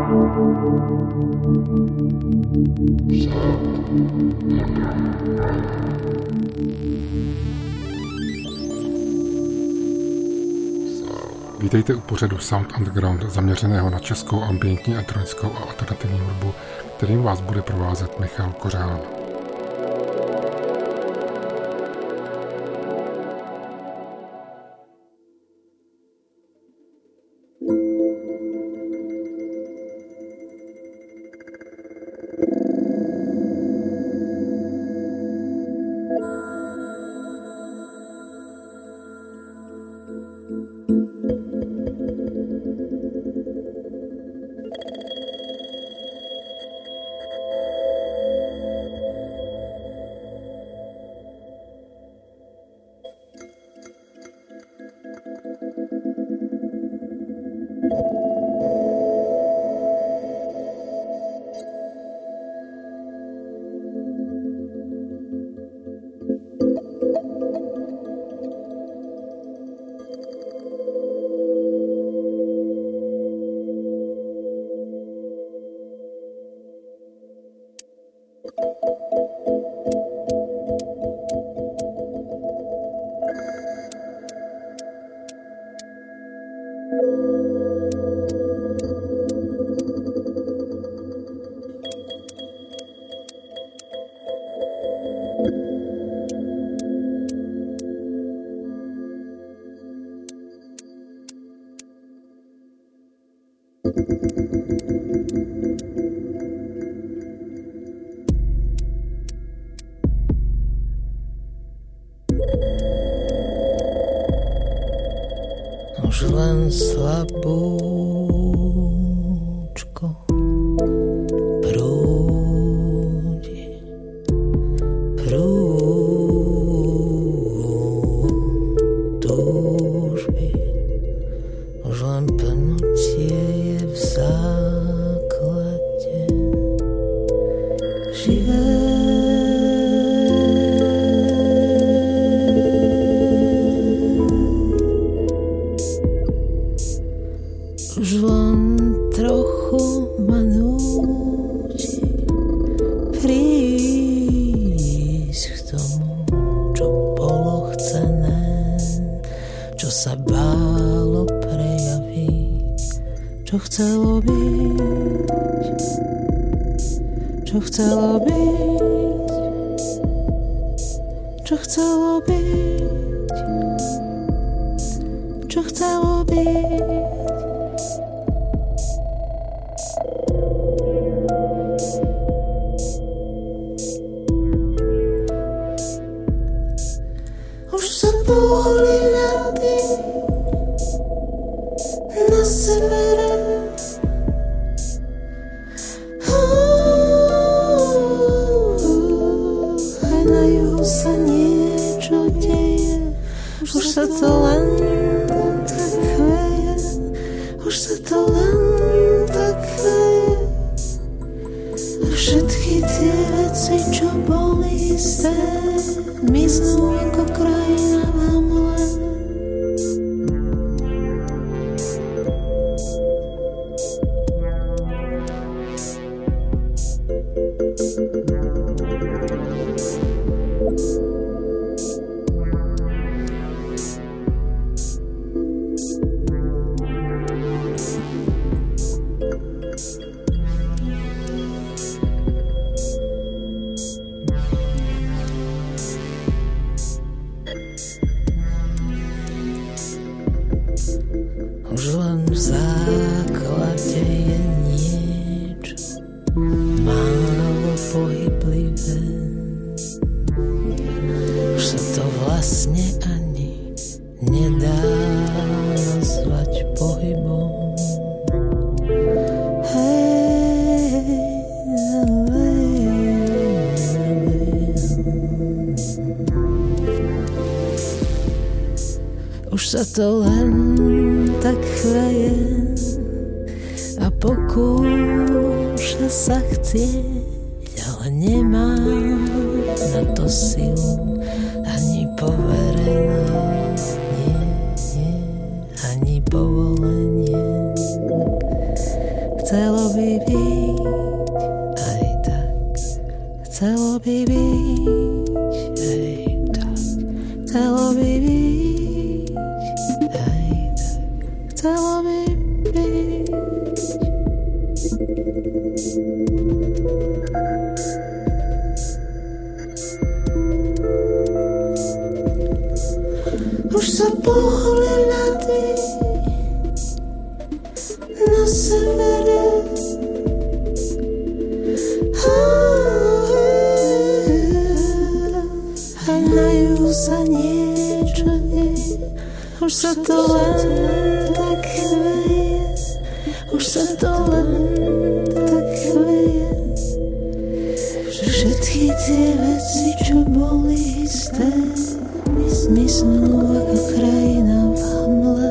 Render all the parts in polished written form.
Vítejte u pořadu Sound Underground zaměřeného na českou ambientní, elektronickou a alternativní hudbu, kterým vás bude provázet Michal Kořál. Už len slabúčko prúdi túžby, už len pnutie je v základe živé. Už len trochu ma núti prísť k tomu, čo bolo chcené, čo sa bálo prejaviť, čo chcelo byť, čo chcelo byť, čo chcelo byť, čo chcelo byť. Už sa pohli ľady na severe, aj na juhu sa niečo deje. Už sa to len tak chveje, už sa to len tak chveje. A všetky tie veci, čo boli isté, miznú ako krajina v hamle. Už len v základe je niečo málo pohyblivé. Už sa to vlastne ani nedá nazvať pohybom. Už sa to len tak chveje a pokúša sa chcieť, ale nemá na to silu ani poverenie, ani povolenie. Chce chcelo by byť aj tak, chcelo by byť aj tak, chcelo by byť aj tak, chcelo by byť. Už sa pohli ľady na severe, aj na juhu sa niečo deje. Už sa to len tak chveje, už sa to len tak chveje. Všetky tie veci, čo boli isté, mysnú ako krajina v Hamle.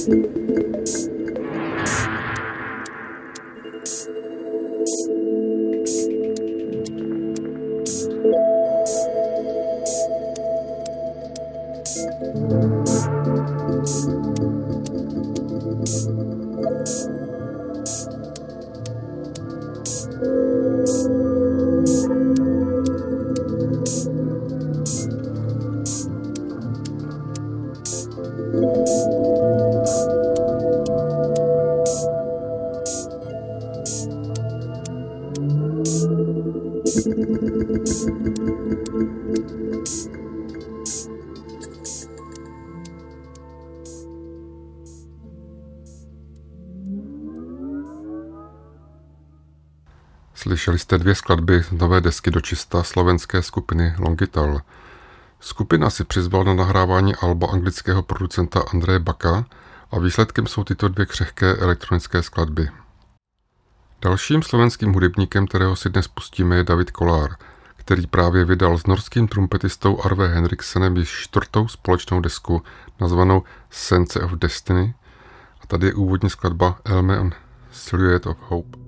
Slyšeli jste 2 skladby z nové desky do čista slovenské skupiny Longital. Skupina si přizvala na nahrávání alba anglického producenta Andreje Baka a výsledkem jsou tyto 2 křehké elektronické skladby. Dalším slovenským hudebníkem, kterého si dnes pustíme, je David Kollár, který právě vydal s norským trumpetistou Arve Henriksenem již 4. společnou desku nazvanou Sense of Destiny a tady je úvodní skladba Elme and Silhouette of Hope.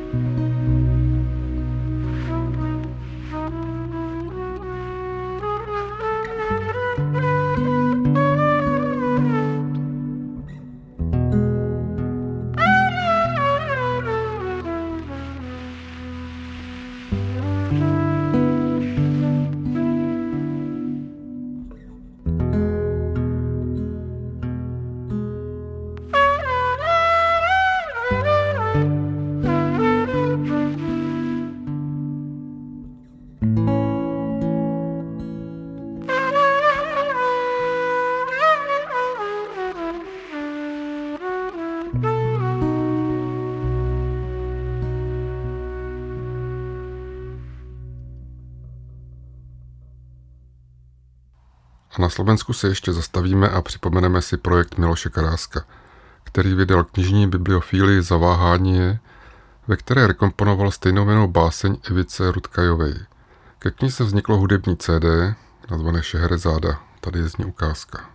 A na Slovensku se ještě zastavíme a připomeneme si projekt Miloše Karáska, který vydal knižní bibliofílii Zaváhání je, ve které rekomponoval stejnojmennou báseň Ivice Rutkajovej. Ke knize vzniklo hudební CD, nazvané Šehrezáda. Tady je z ní ukázka.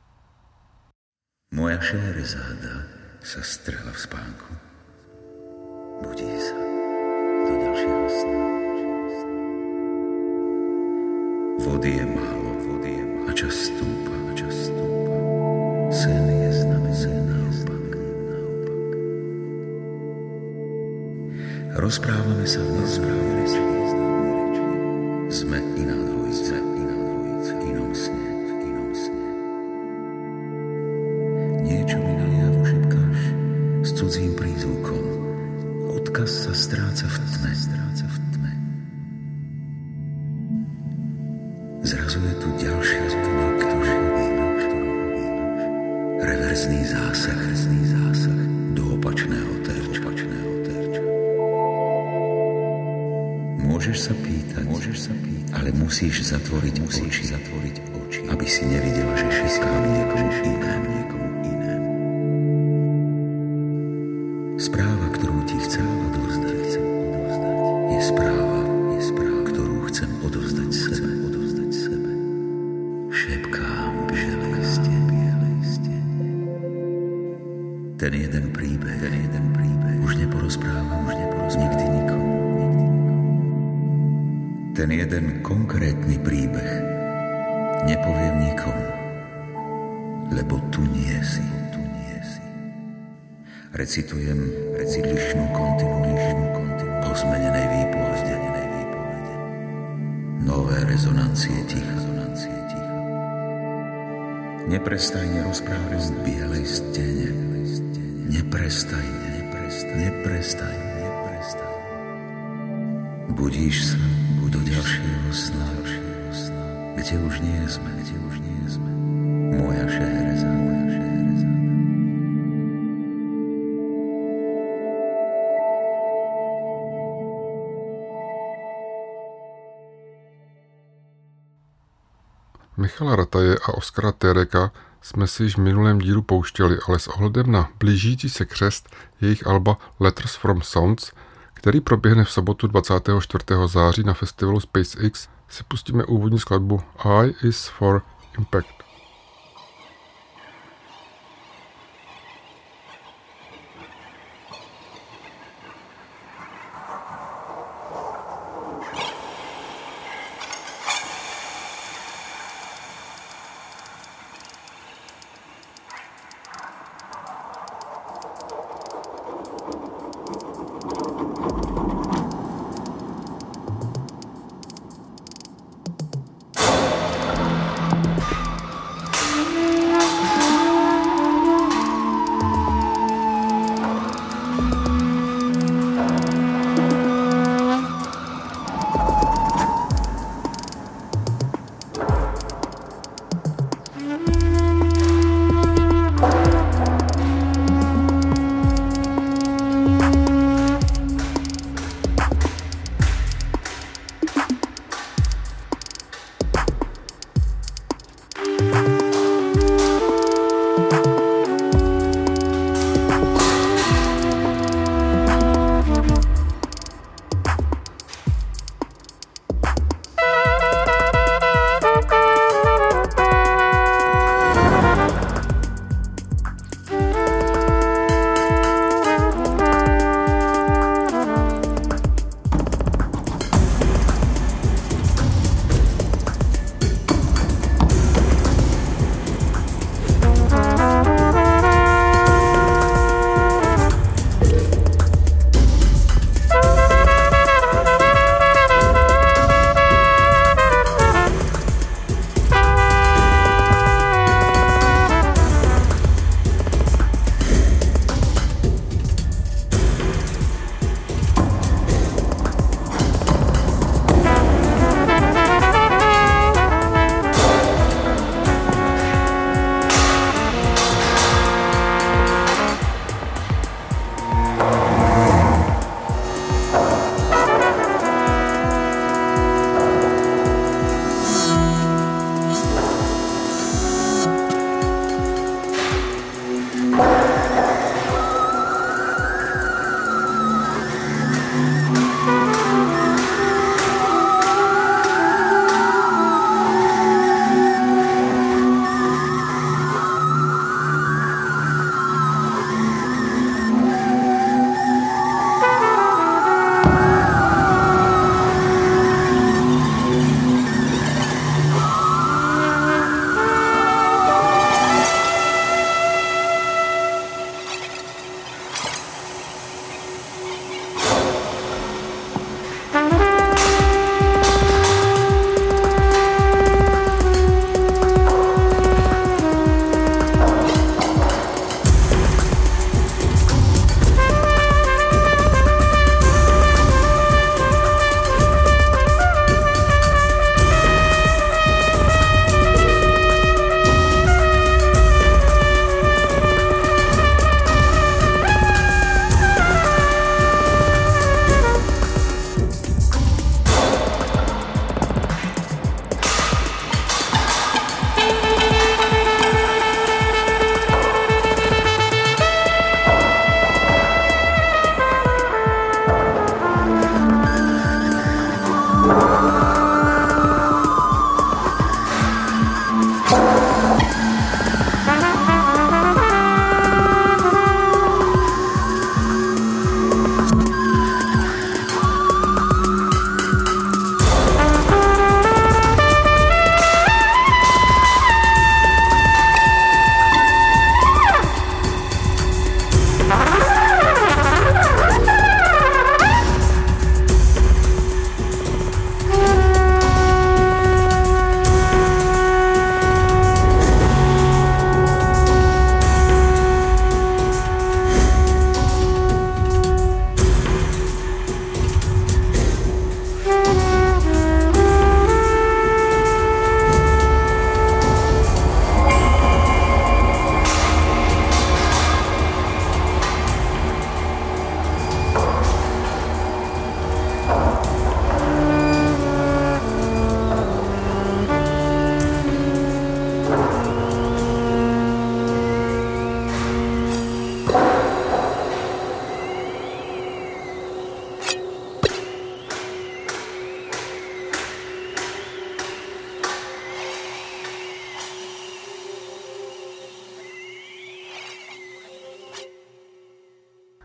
Moja Šehrezáda sa strhla v spánku. Budí sa do ďalšieho snu. Vody je málo, a čas stúpa, Sen je znamený naopak. Rozprávame sa v neznámej reči. Sme iná dvojica, v inom sne. Niečo mi naliavo šepkáš s cudzím prízvukom. Odkaz sa stráca v tme. Zrazu je tu ďalšia tma, ktorú objímaš. Reverzný zásah do opačného terča. Môžeš sa pýtať, ale musíš zatvoriť oči, aby si nevidela, že šepkám niekomu inému. Správa, ktorú ti chcem odovzdať, je správa, ktorú chcem odovzdať sebe. Šepkám bielej stene. Ten jeden príbeh už neporozprávam nikdy nikomu. Ten jeden konkrétny príbeh nepoviem nikomu, lebo tu nie si. Recitujem odlišnú kontinuitu po zmenenej výpovede. Nové rezonancie ticha. Neprestajne rozprávam v bielej stene. Neprestajne. Budíš sa do ďalšieho sna, kde už nie sme. Moja Šehrezáda. Michala Rataje a Oskara Tereka jsme si již v minulém dílu pouštěli, ale s ohledem na blížící se křest jejich alba Letters from Sounds, který proběhne v sobotu 24. září na festivalu SpaceX, si pustíme úvodní skladbu I is for Impact.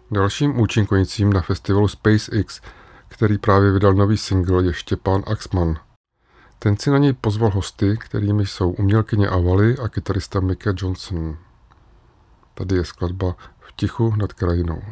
Dalším účinkujícím na festivalu SpaceX, který právě vydal nový single, je Štěpán Axman. Ten si na něj pozval hosty, kterými jsou umělkyně Avaly a kytarista Mika Johnson. Tady je skladba V tichu nad krajinou.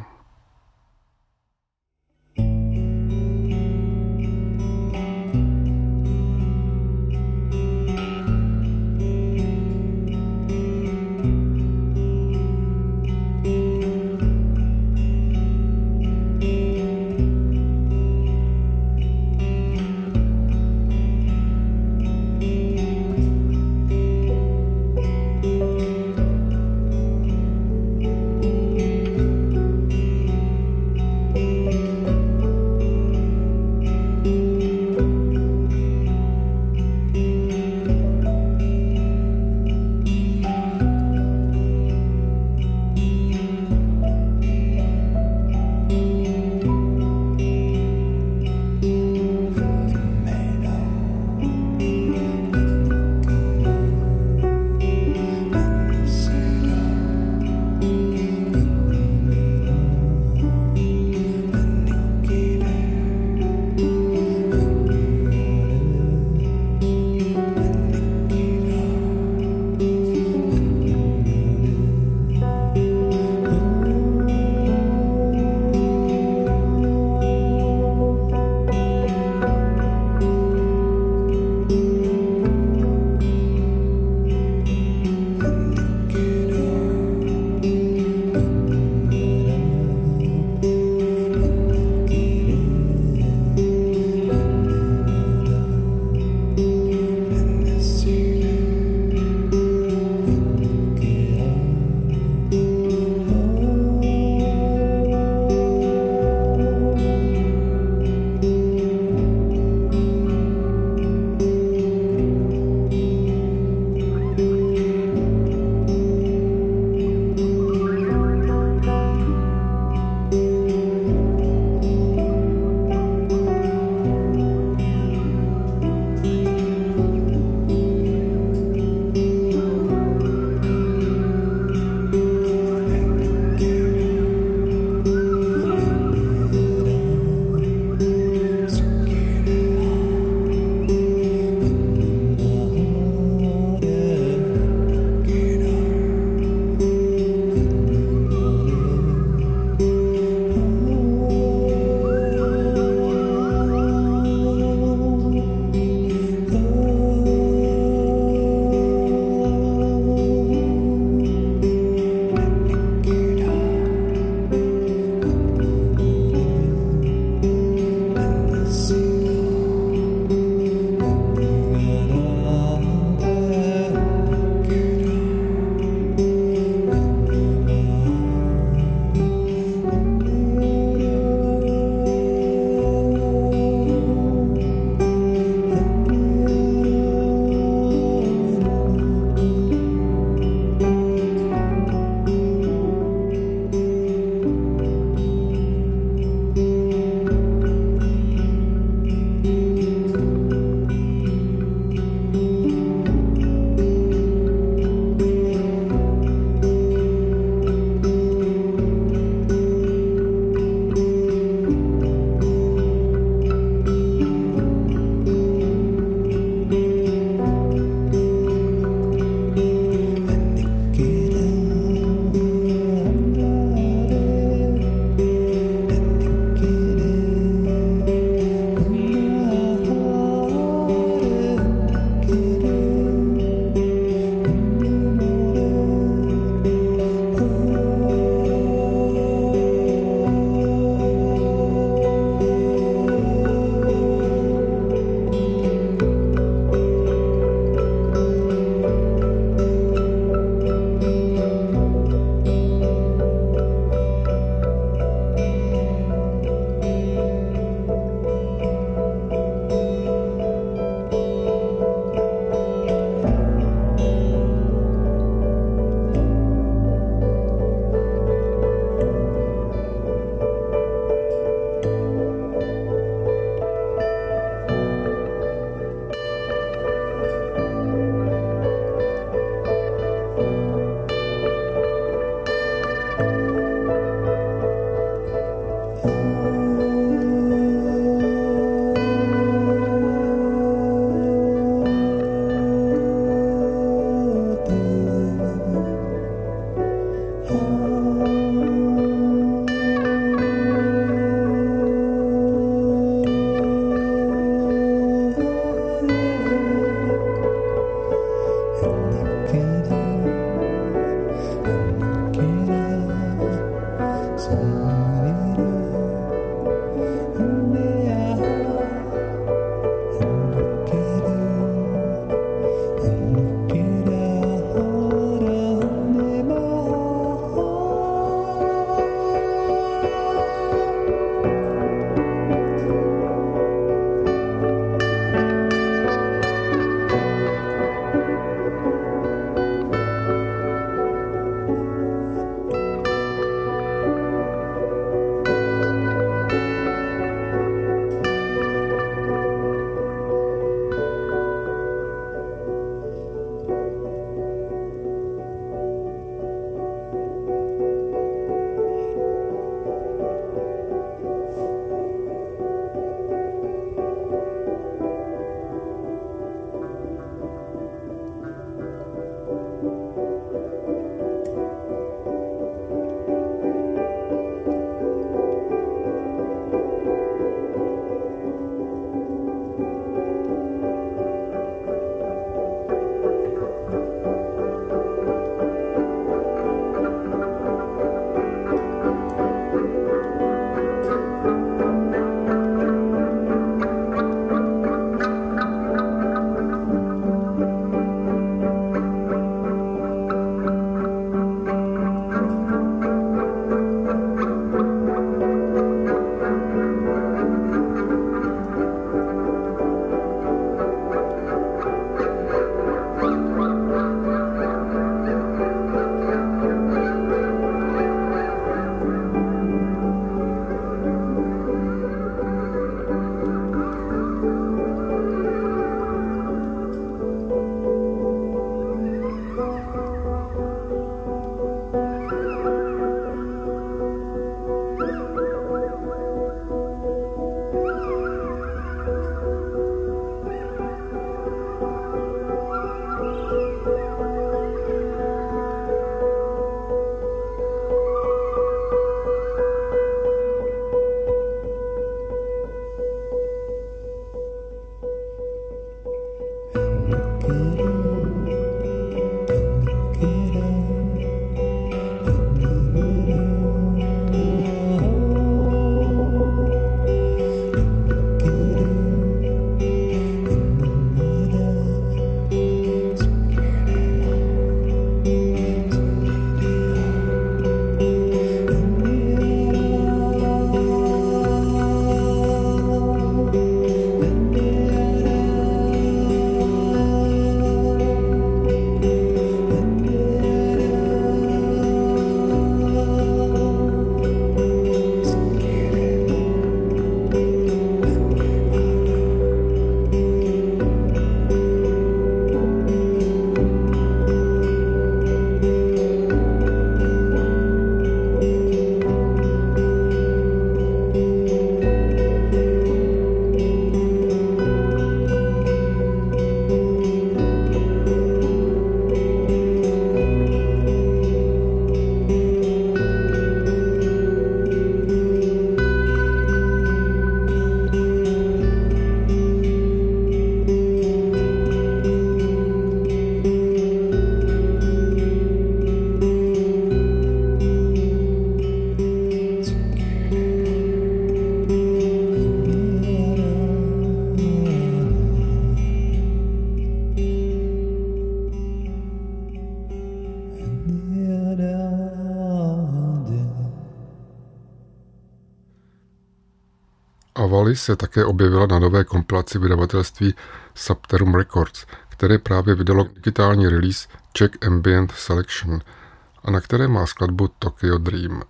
Avali se také objevila na nové kompilaci vydavatelství Subterum Records, které právě vydalo digitální release Czech Ambient Selection a na které má skladbu Tokyo Dream.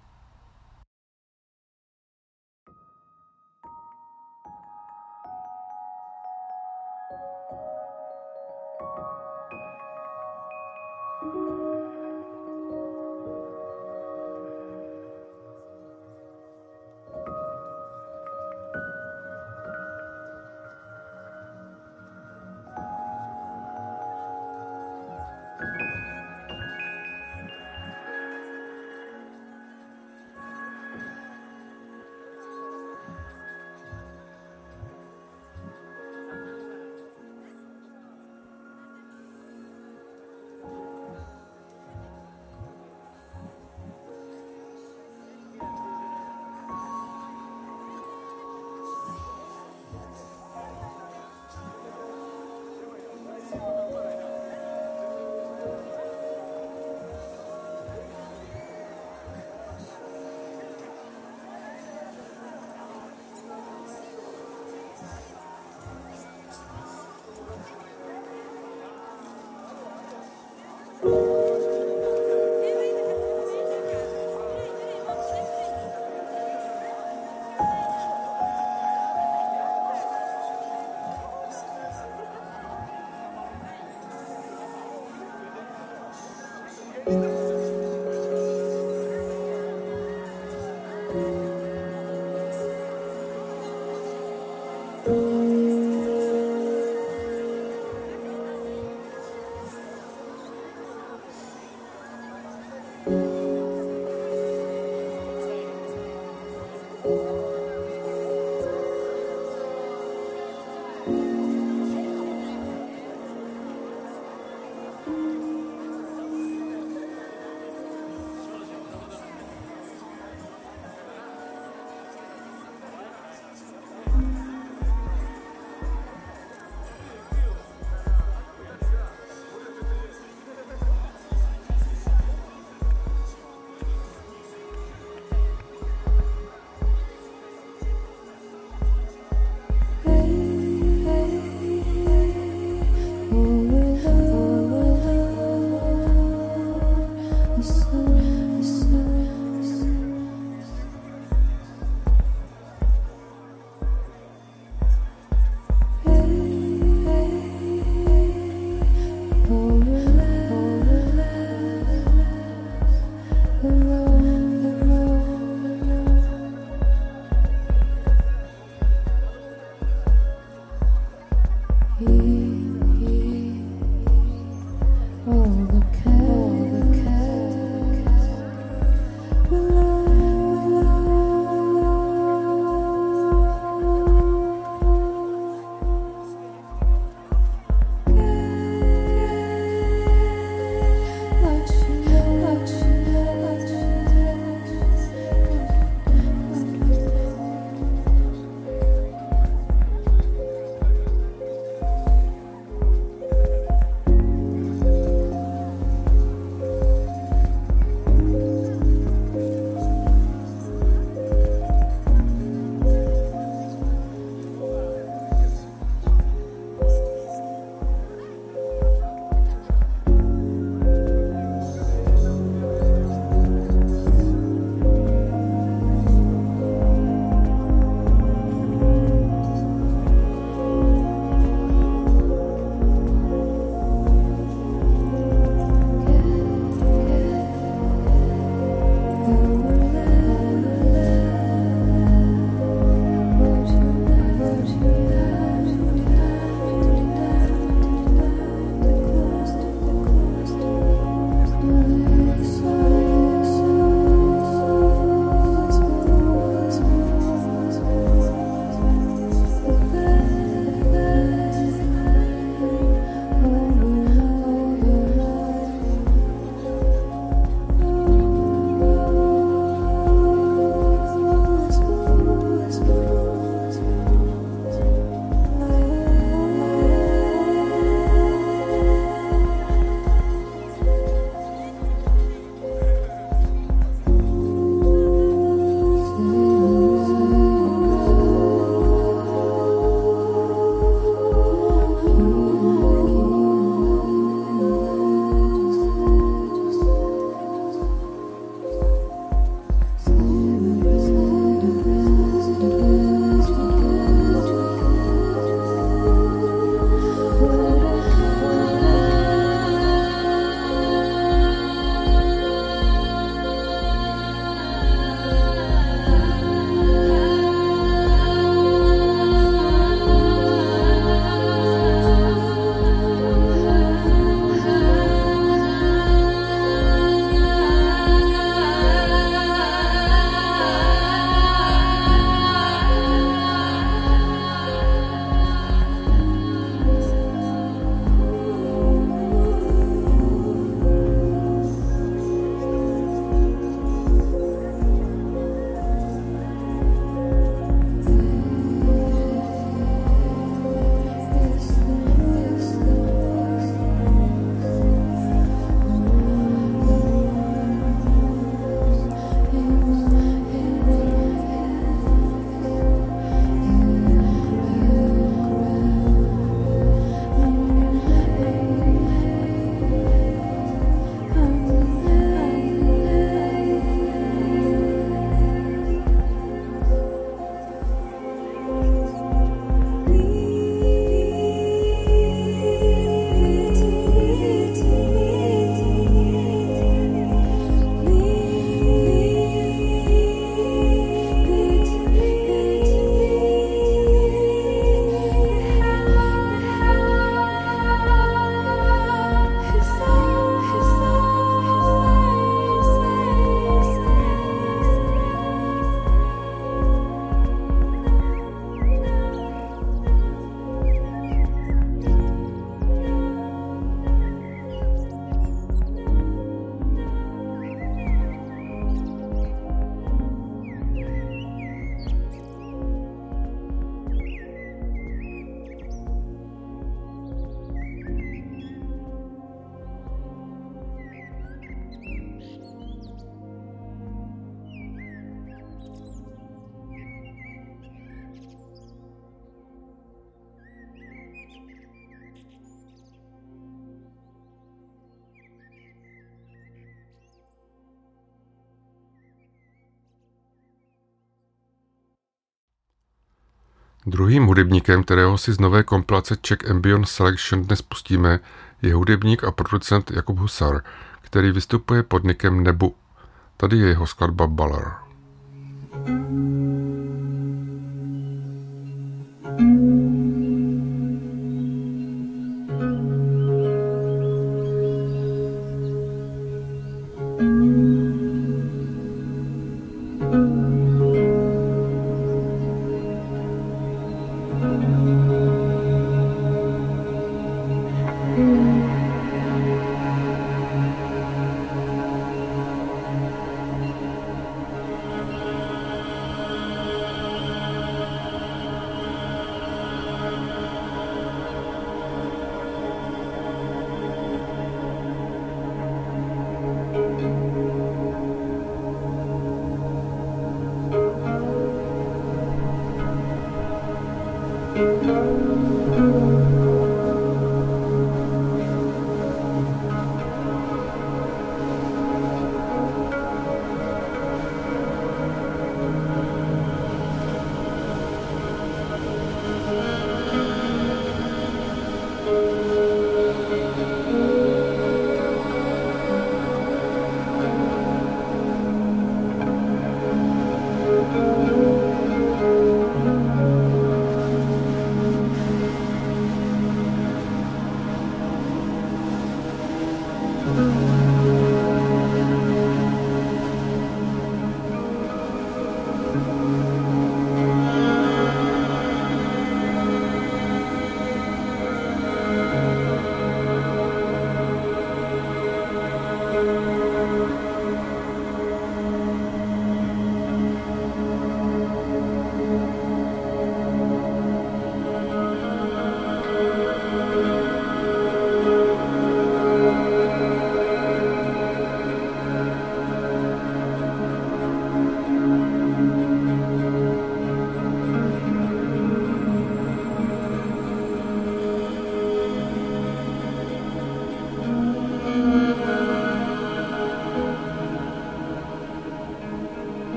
Druhým hudebníkem, kterého si z nové kompilace Czech Ambient Selection dnes pustíme, je hudebník a producent Jakub Husar, který vystupuje pod nickem Nebu. Tady je jeho skladba Balar.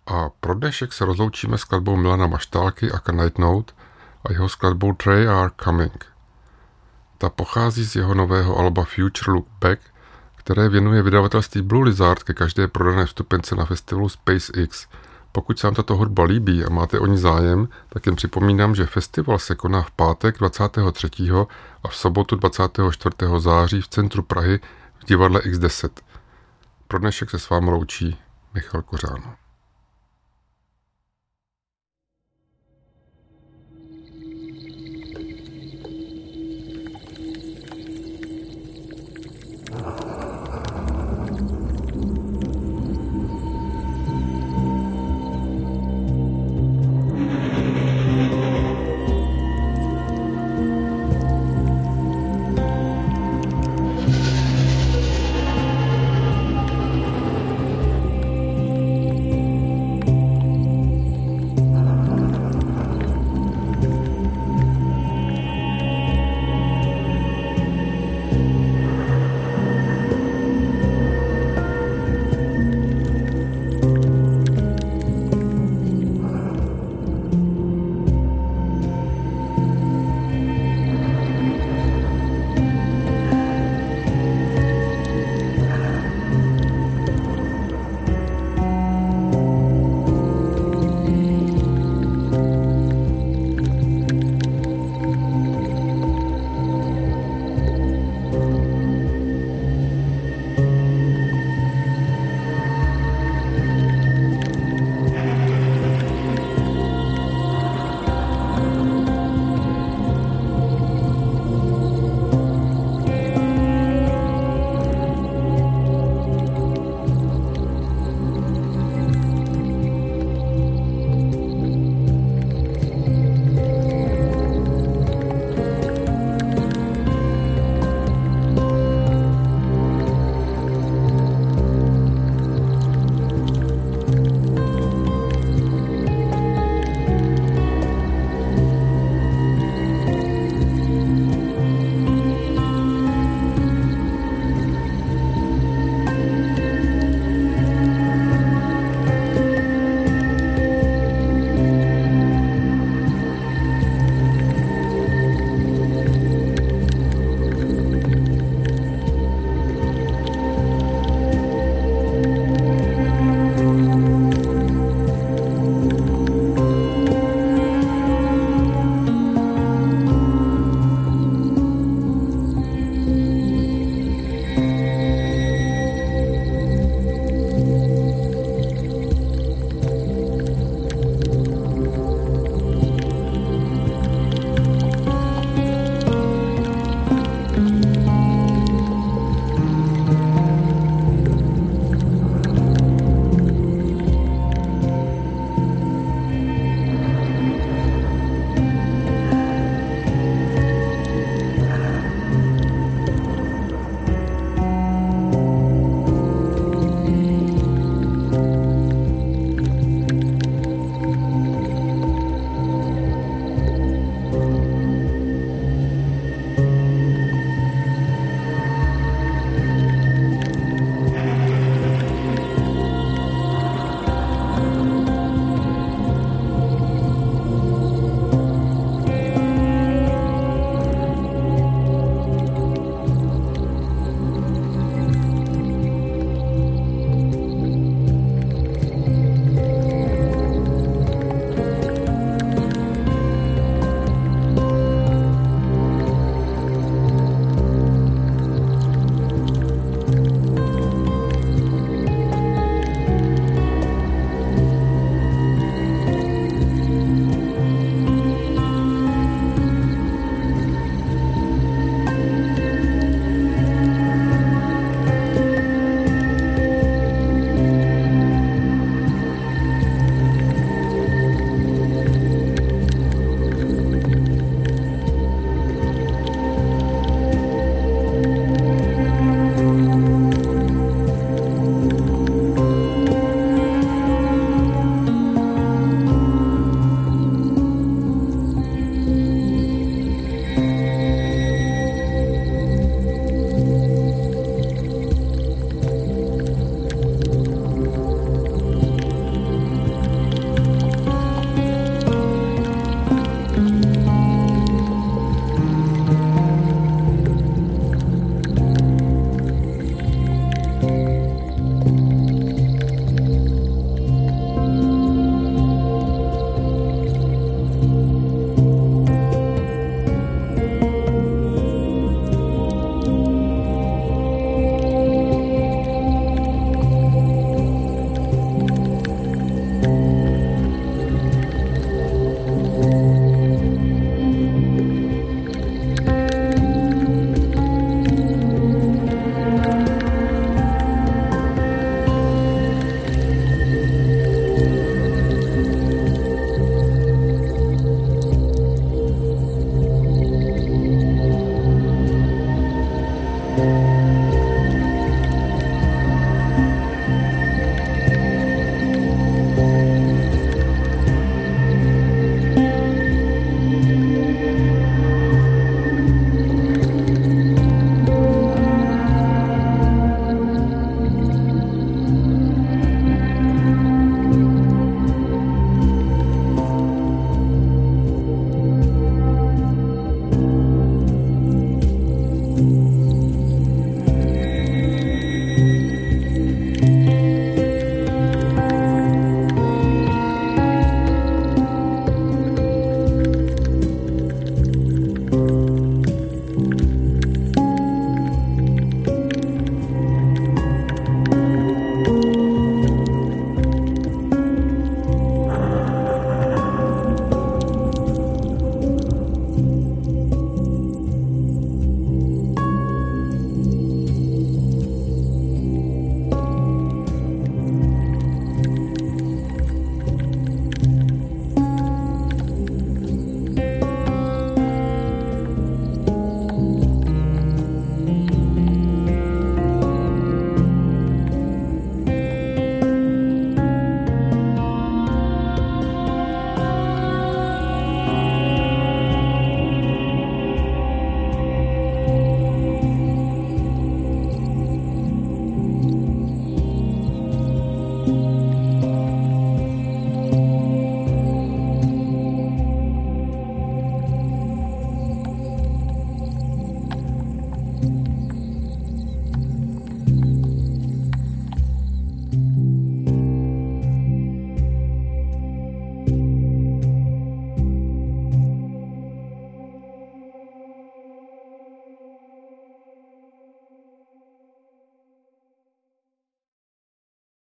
A pro dnešek se rozloučíme s skladbou Milana Maštálky a Night Note a jeho skladbou They Are Coming. Ta pochází z jeho nového alba Future Look Back, které věnuje vydavatelství Blue Lizard ke každé prodané vstupence na festivalu SpaceX. Pokud se vám tato hudba líbí a máte o ní zájem, tak jen připomínám, že festival se koná v pátek 23. a v sobotu 24. září v centru Prahy v divadle X10. Pro dnešek se s vámi loučí Michal Kořán.